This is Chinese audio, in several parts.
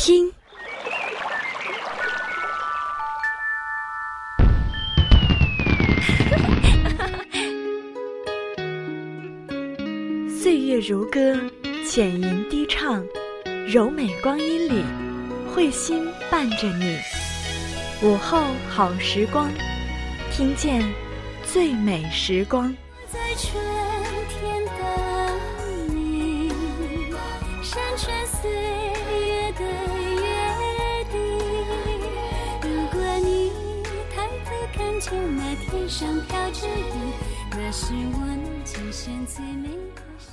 听。岁月如歌，浅吟低唱，柔美光阴里，慧心伴着你。午后好时光，听见最美时光。 在春天等你，山川岁月的约定。如果你抬头看见那天上飘着雨，那是我能见现最美的事。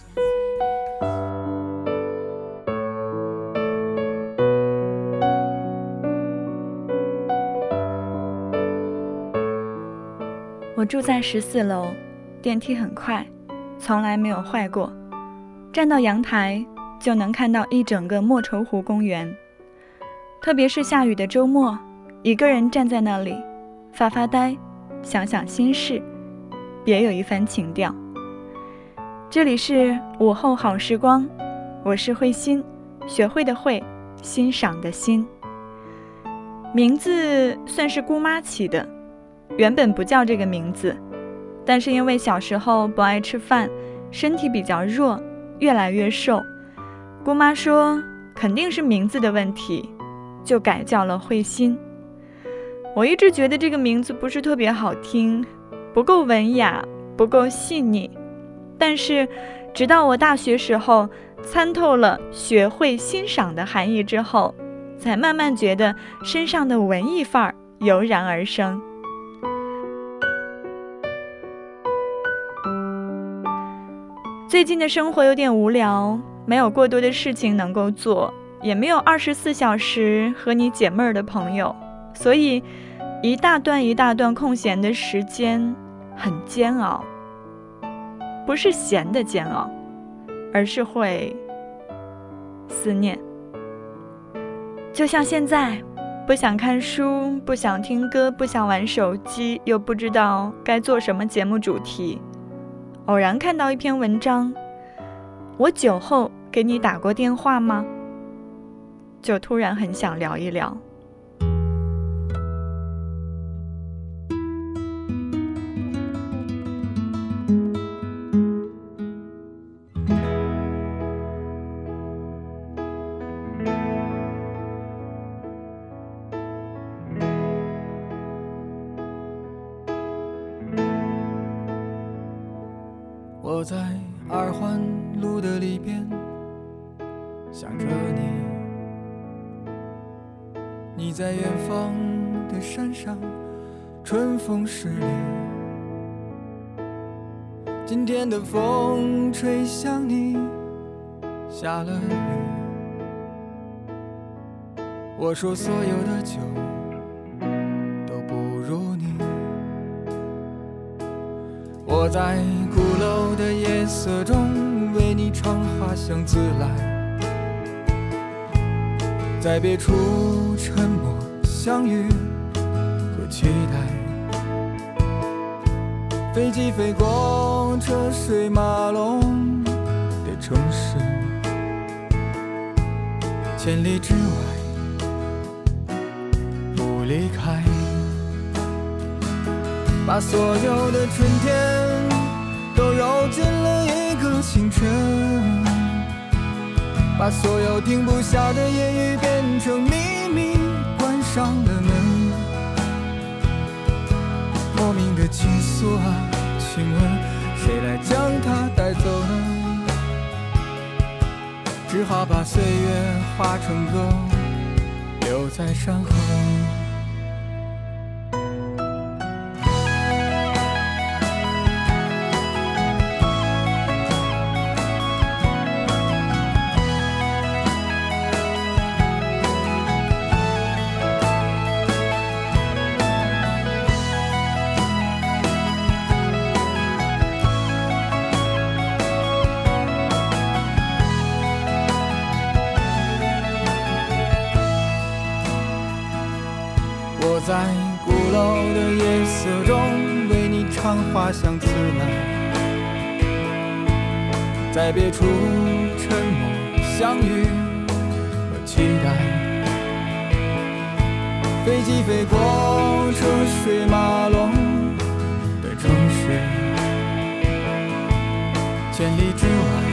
我住在14楼，电梯很快，从来没有坏过。站到阳台就能看到一整个莫愁湖公园。特别是下雨的周末，一个人站在那里发发呆，想想心事，别有一番情调。这里是午后好时光，我是慧心，学会的会，欣赏的欣。名字算是姑妈起的，原本不叫这个名字，但是因为小时候不爱吃饭，身体比较弱，越来越瘦，姑妈说肯定是名字的问题，就改叫了慧心。我一直觉得这个名字不是特别好听，不够文雅，不够细腻，但是直到我大学时候参透了学会欣赏的含义之后，才慢慢觉得身上的文艺范儿油然而生。最近的生活有点无聊，没有过多的事情能够做，也没有24小时和你解闷儿的朋友，所以一大段一大段空闲的时间很煎熬。不是闲的煎熬，而是会思念。就像现在，不想看书，不想听歌，不想玩手机，又不知道该做什么节目主题。偶然看到一篇文章，我酒后给你打过电话吗？就突然很想聊一聊。 我在二环路的里边想着你，你在远方的山上，春风十里。今天的风吹向你，下了雨。我说所有的酒都不如你。我在鼓楼的夜色中为你唱花香自来，在别处沉默相遇和期待。飞机飞过车水马龙的城市，千里之外不离开。把所有的春天都揉进了一个清晨，把所有停不下的言语变成秘密，关上了门。莫名的情愫啊，请问谁来将它带走呢？只好把岁月化成歌，留在山河。我在鼓楼的夜色中为你唱花香自来，在别处沉默相遇和期待。 飞机飞过车水马龙的城市，千里之外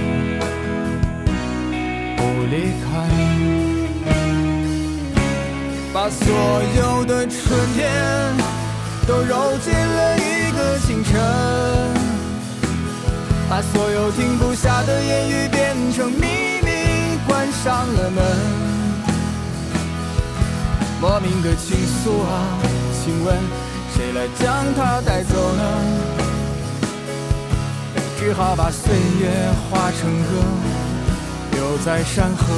不离开，把所有的春天都揉进了一个清晨，把所有停不下的言语变成秘密，关上了门。莫名的倾诉啊，请问谁来将它带走呢？只好把岁月化成歌，留在山河。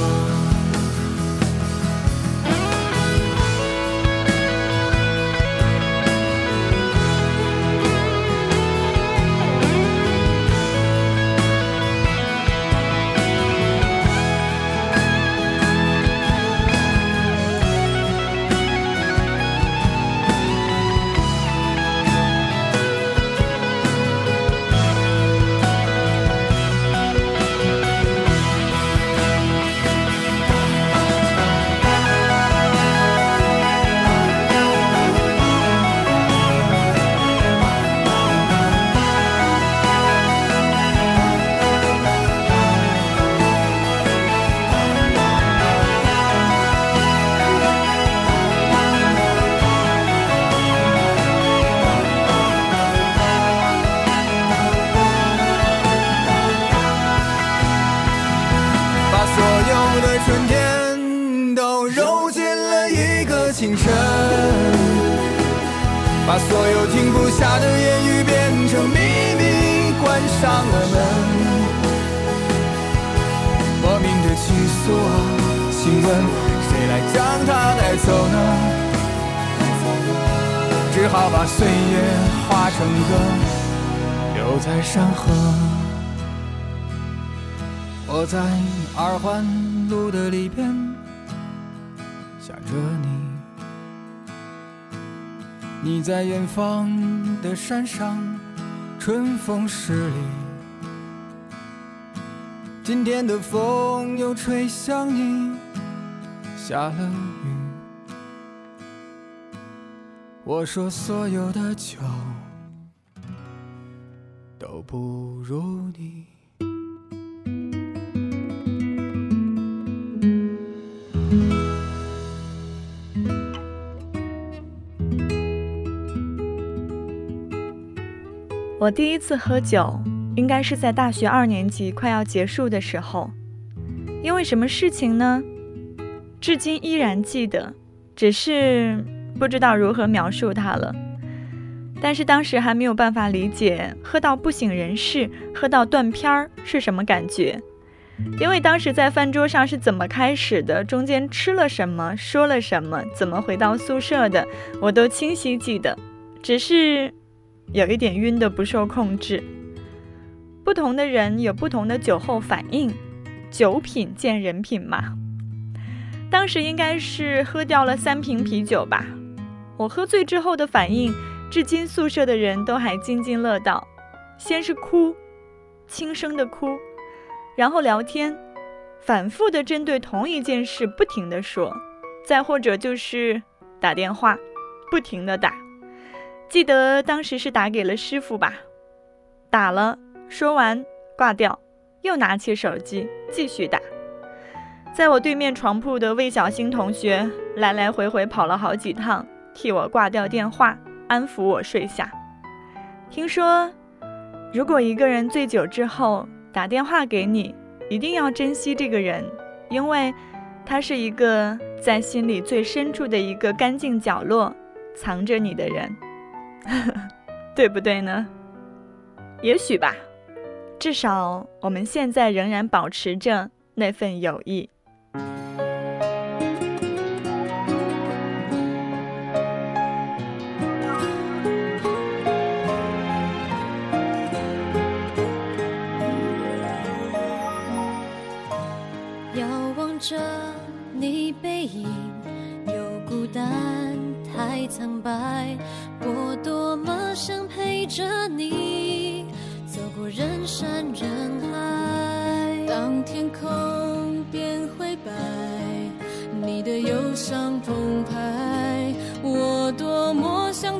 清晨，把所有停不下的言语变成秘密，关上了门。莫名的倾诉啊，请问谁来将它带走呢？只好把岁月化成歌，留在山河。我在二环路的里边想着你，你在远方的山上，春风十里。今天的风又吹向你，下了雨。我说所有的酒都不如你。 我第一次喝酒应该是在大学2年级快要结束的时候，因为什么事情呢？至今依然记得，只是不知道如何描述它了。但是当时还没有办法理解喝到不省人事，喝到断片儿是什么感觉，因为当时在饭桌上是怎么开始的，中间吃了什么，说了什么，怎么回到宿舍的，我都清晰记得，只是有一点晕的不受控制。不同的人有不同的酒后反应，酒品见人品嘛。当时应该是喝掉了3瓶啤酒吧。我喝醉之后的反应，至今宿舍的人都还津津乐道。先是哭，轻声的哭，然后聊天，反复的针对同一件事不停的说，再或者就是打电话，不停的打。记得当时是打给了师傅吧，打了，说完挂掉，又拿起手机继续打。在我对面床铺的魏小星同学来来回回跑了好几趟，替我挂掉电话，安抚我睡下。听说如果一个人醉酒之后打电话给你，一定要珍惜这个人，因为他是一个在心里最深处的一个干净角落藏着你的人。对不对呢？也许吧，至少我们现在仍然保持着那份友谊。 遥望着你背影，又孤单太苍白，我多么想陪着你走过人山人海。当天空变灰白，你的忧伤澎湃，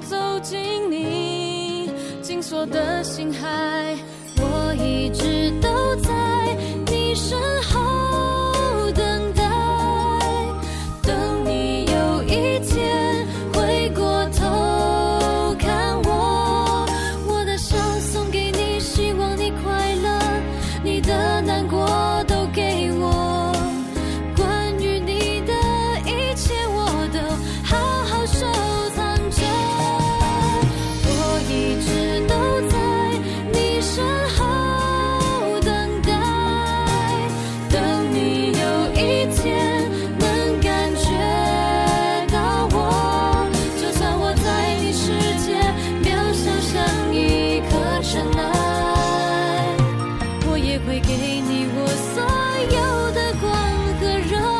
走进你紧锁的心海，我一直都在你身后等待，等你有一天回过头看我，我的笑送给你，希望你快乐，你的难过都给我，关于你的一切我都好好收藏着，我一直都在你身后等待，等你有一天能感觉到我，就算我在你世界渺小像一颗尘埃，我也会给你我所有的光和热。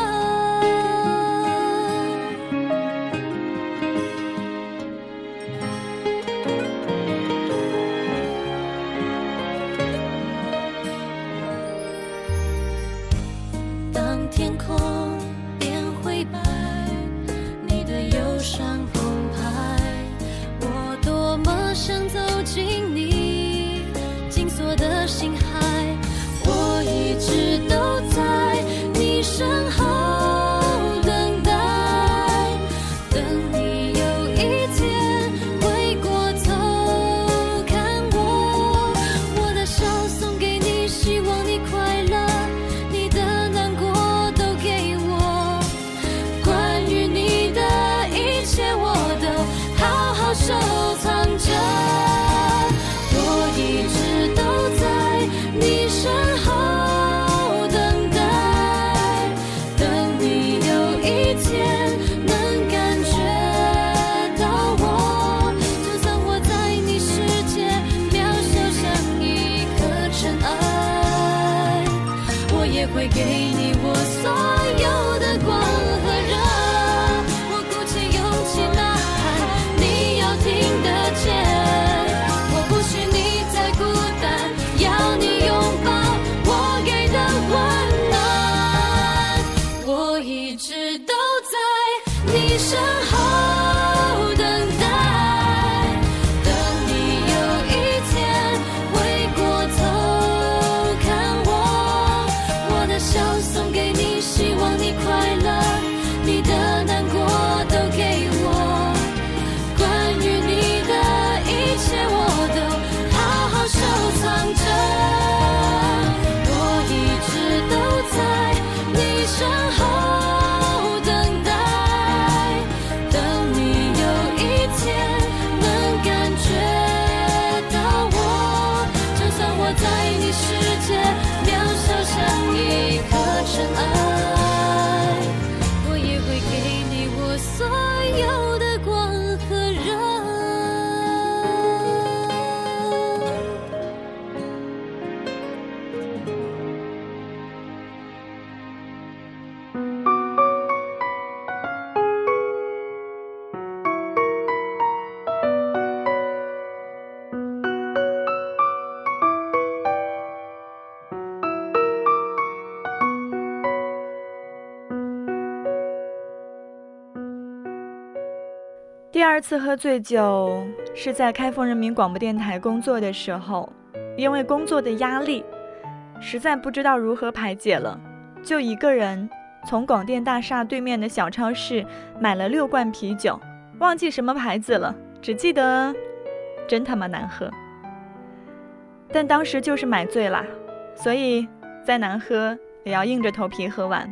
当天空变灰白，你的忧伤澎湃，我多么想走进你紧锁的心海，我一直都在你身后等待，等你有一天回过头看我，我的笑送给你，希望你快乐，你的难过都给我，关于你的一切我都好好收藏着，我一直都在你身后等待，等你有一天能感觉到我，就算我在你世界渺小像一颗尘埃，我也会给你我所有的光和热，我鼓起勇气呐喊，你要听得见，我不许你再孤单，要你拥抱我给的温暖，我一直都在你身后等待，等你有一天回过头看我，我的笑送给你，希望你快乐，你的难过都给我，关于你的一切我都好好收藏着，我一直都在你身后等待，等你有一天能感觉到我，就算我在你世界渺小像一颗尘埃，我也会给你我所有的光和热。 第二次喝醉酒是在开封人民广播电台工作的时候，因为工作的压力，实在不知道如何排解了，就一个人从广电大厦对面的小超市买了6罐啤酒，忘记什么牌子了，只记得真他妈难喝。但当时就是买醉啦，所以再难喝也要硬着头皮喝完。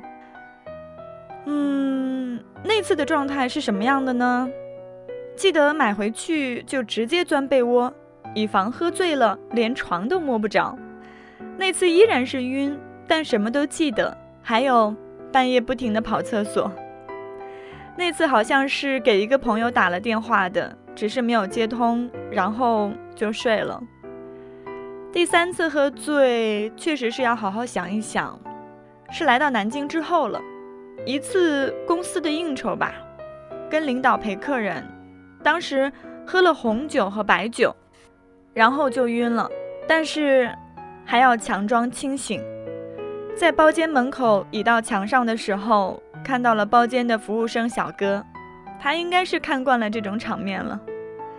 那次的状态是什么样的呢？记得买回去就直接钻被窝，以防喝醉了连床都摸不着。那次依然是晕，但什么都记得，还有半夜不停地跑厕所。那次好像是给一个朋友打了电话的，只是没有接通，然后就睡了。第3次喝醉确实是要好好想一想，是来到南京之后了，一次公司的应酬吧，跟领导陪客人，当时喝了红酒和白酒，然后就晕了，但是还要强装清醒。在包间门口倚到墙上的时候，看到了包间的服务生小哥，他应该是看惯了这种场面了。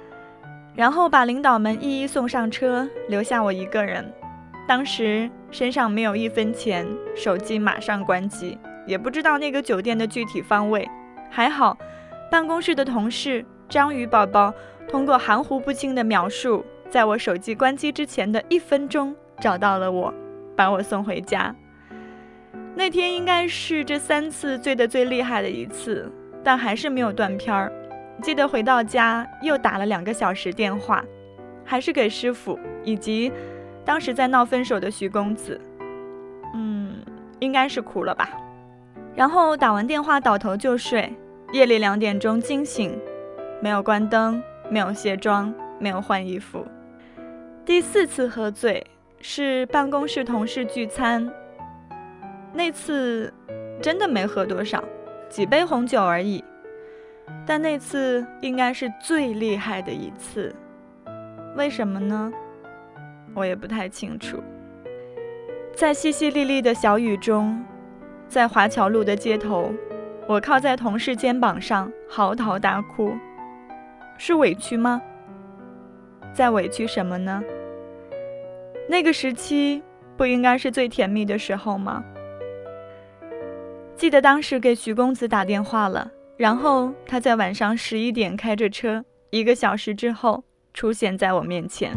然后把领导们一一送上车，留下我一个人。当时身上没有1分钱，手机马上关机，也不知道那个酒店的具体方位。还好办公室的同事章鱼宝宝通过含糊不清的描述，在我手机关机之前的1分钟找到了我，把我送回家。那天应该是这3次醉得最厉害的一次，但还是没有断片儿。记得回到家又打了2个小时电话，还是给师傅以及当时在闹分手的徐公子。应该是哭了吧。然后打完电话倒头就睡，夜里2点钟惊醒，没有关灯，没有卸妆，没有换衣服。第4次喝醉是办公室同事聚餐，那次真的没喝多少，几杯红酒而已，但那次应该是最厉害的一次。为什么呢？我也不太清楚。在淅淅沥沥的小雨中，在华侨路的街头，我靠在同事肩膀上嚎啕大哭。是委屈吗？在委屈什么呢？那个时期不应该是最甜蜜的时候吗？记得当时给徐公子打电话了，然后他在晚上11点开着车，1个小时之后出现在我面前。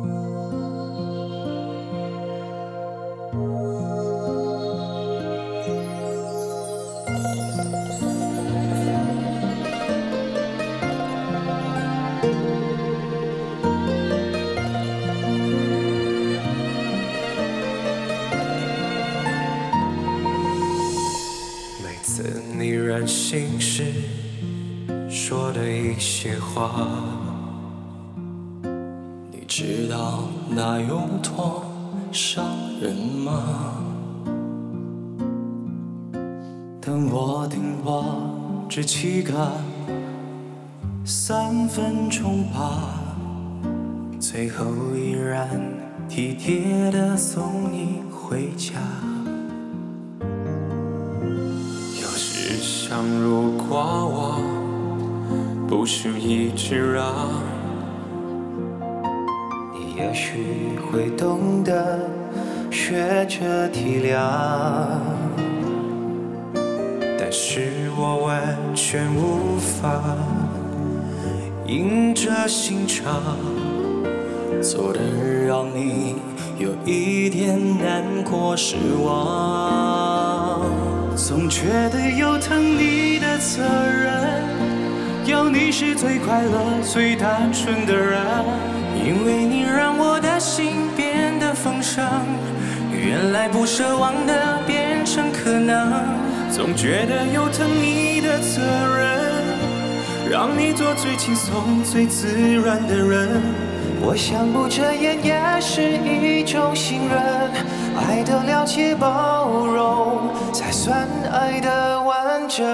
你任性时说的一些话，你知道那有多伤人吗？但我顶多只期赶3分钟吧，最后依然体贴地送你回家。想如果我不是一直让，你也许会懂得学着体谅，但是我完全无法硬着心肠做得让你有一点难过失望。总觉得有疼你的责任，要你是最快乐最单纯的人，因为你让我的心变得丰盛，原来不奢望的变成可能。总觉得有疼你的责任，让你做最轻松最自然的人，我想不遮掩也是一种信任，爱的了解包容才算爱的完整。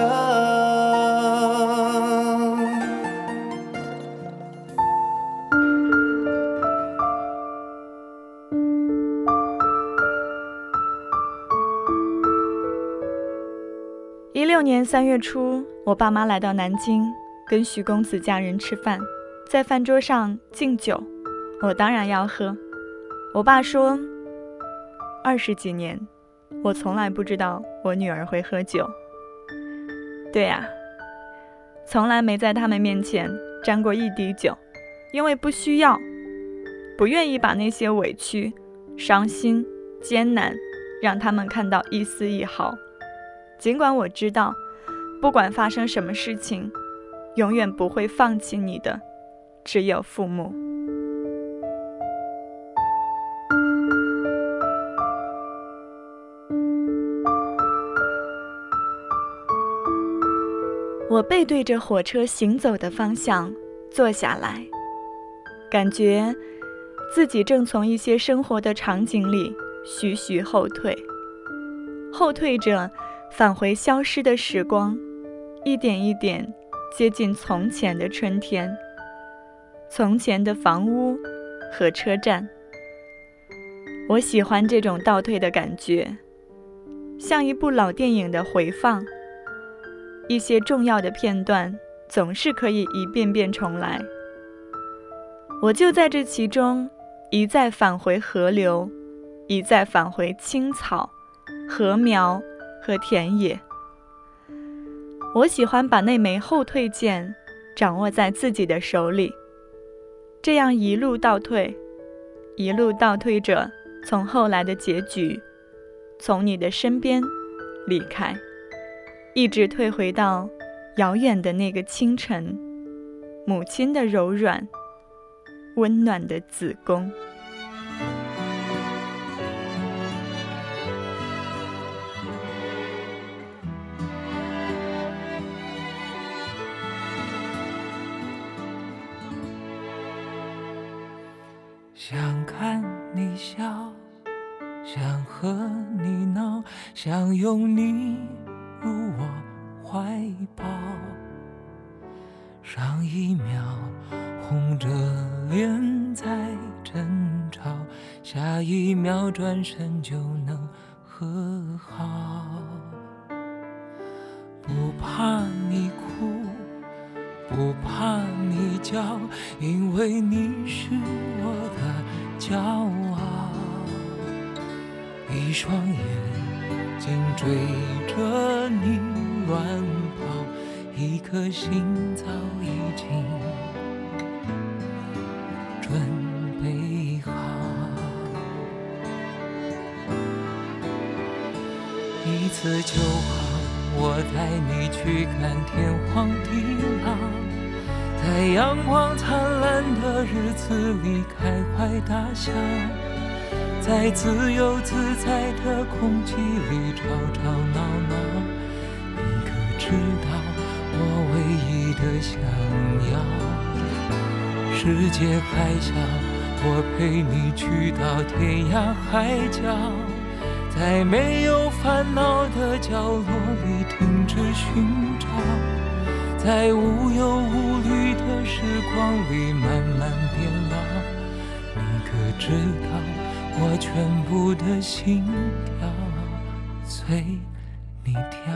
16年3月初，我爸妈来到南京，跟徐公子家人吃饭，在饭桌上敬酒，我当然要喝。我爸说，20几年，我从来不知道我女儿会喝酒。对呀，从来没在他们面前沾过一滴酒，因为不需要，不愿意把那些委屈、伤心、艰难让他们看到一丝一毫。尽管我知道，不管发生什么事情，永远不会放弃你的，只有父母。我背对着火车行走的方向坐下来，感觉自己正从一些生活的场景里徐徐后退，后退着返回消失的时光，一点一点接近从前的春天，从前的房屋和车站。我喜欢这种倒退的感觉，像一部老电影的回放，一些重要的片段总是可以一遍遍重来。 我就在这其中，一再返回河流，一再返回青草、禾苗和田野。我喜欢把那枚后退键掌握在自己的手里，这样一路倒退，一路倒退着，从后来的结局，从你的身边离开，一直退回到遥远的那个清晨，母亲的柔软温暖的子宫。 想看你笑，想和你闹，想拥你入我怀抱。上一秒红着脸在争吵，下一秒转身就能和好。不怕你哭，不怕你叫，因为你是我的骄傲。一双眼睛追着你乱跑，一颗心早已经准备好。一次就好，我带你去看天荒地老，在阳光灿烂的日子里开怀大笑，在自由自在的空气里吵吵闹闹。你可知道我唯一的想要？世界还小，我陪你去到天涯海角，在没有烦恼的角落里停止寻找，在无忧无虑的时光里慢慢变老。你可知道我全部的心跳随你跳？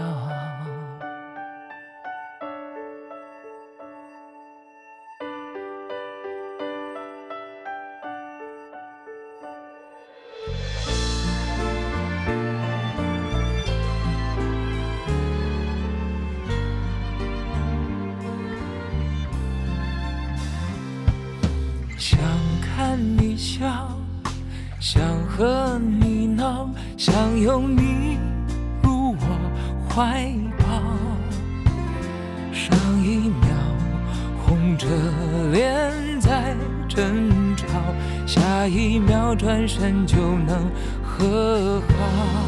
想看你笑，想和你闹，想拥你入我怀抱。上一秒红着脸在争吵，下一秒转身就能和好。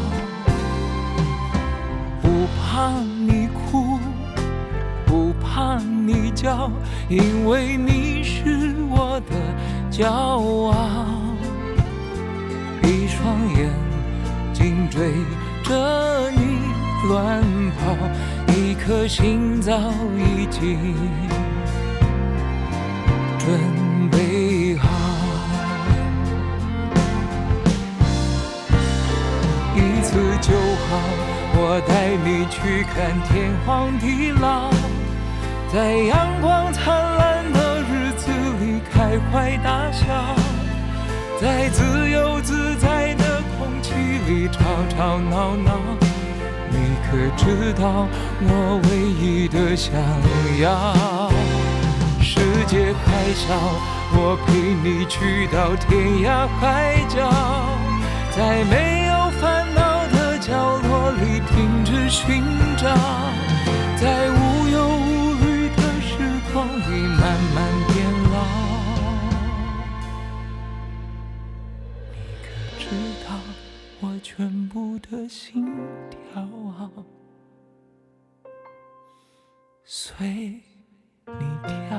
不怕你哭，不怕你叫，因为你是我的骄傲。一双眼睛追着你乱跑，一颗心早已经准备好。一次就好，我带你去看天荒地老，在阳光灿烂的日子里开怀大笑，在自由自在的空气里吵吵闹闹。你可知道我唯一的想要？世界还小，我陪你去到天涯海角，在没有烦恼的角落里停止寻找，在无忧无虑的时光里慢慢变老。你可知道我全部的心跳随你跳？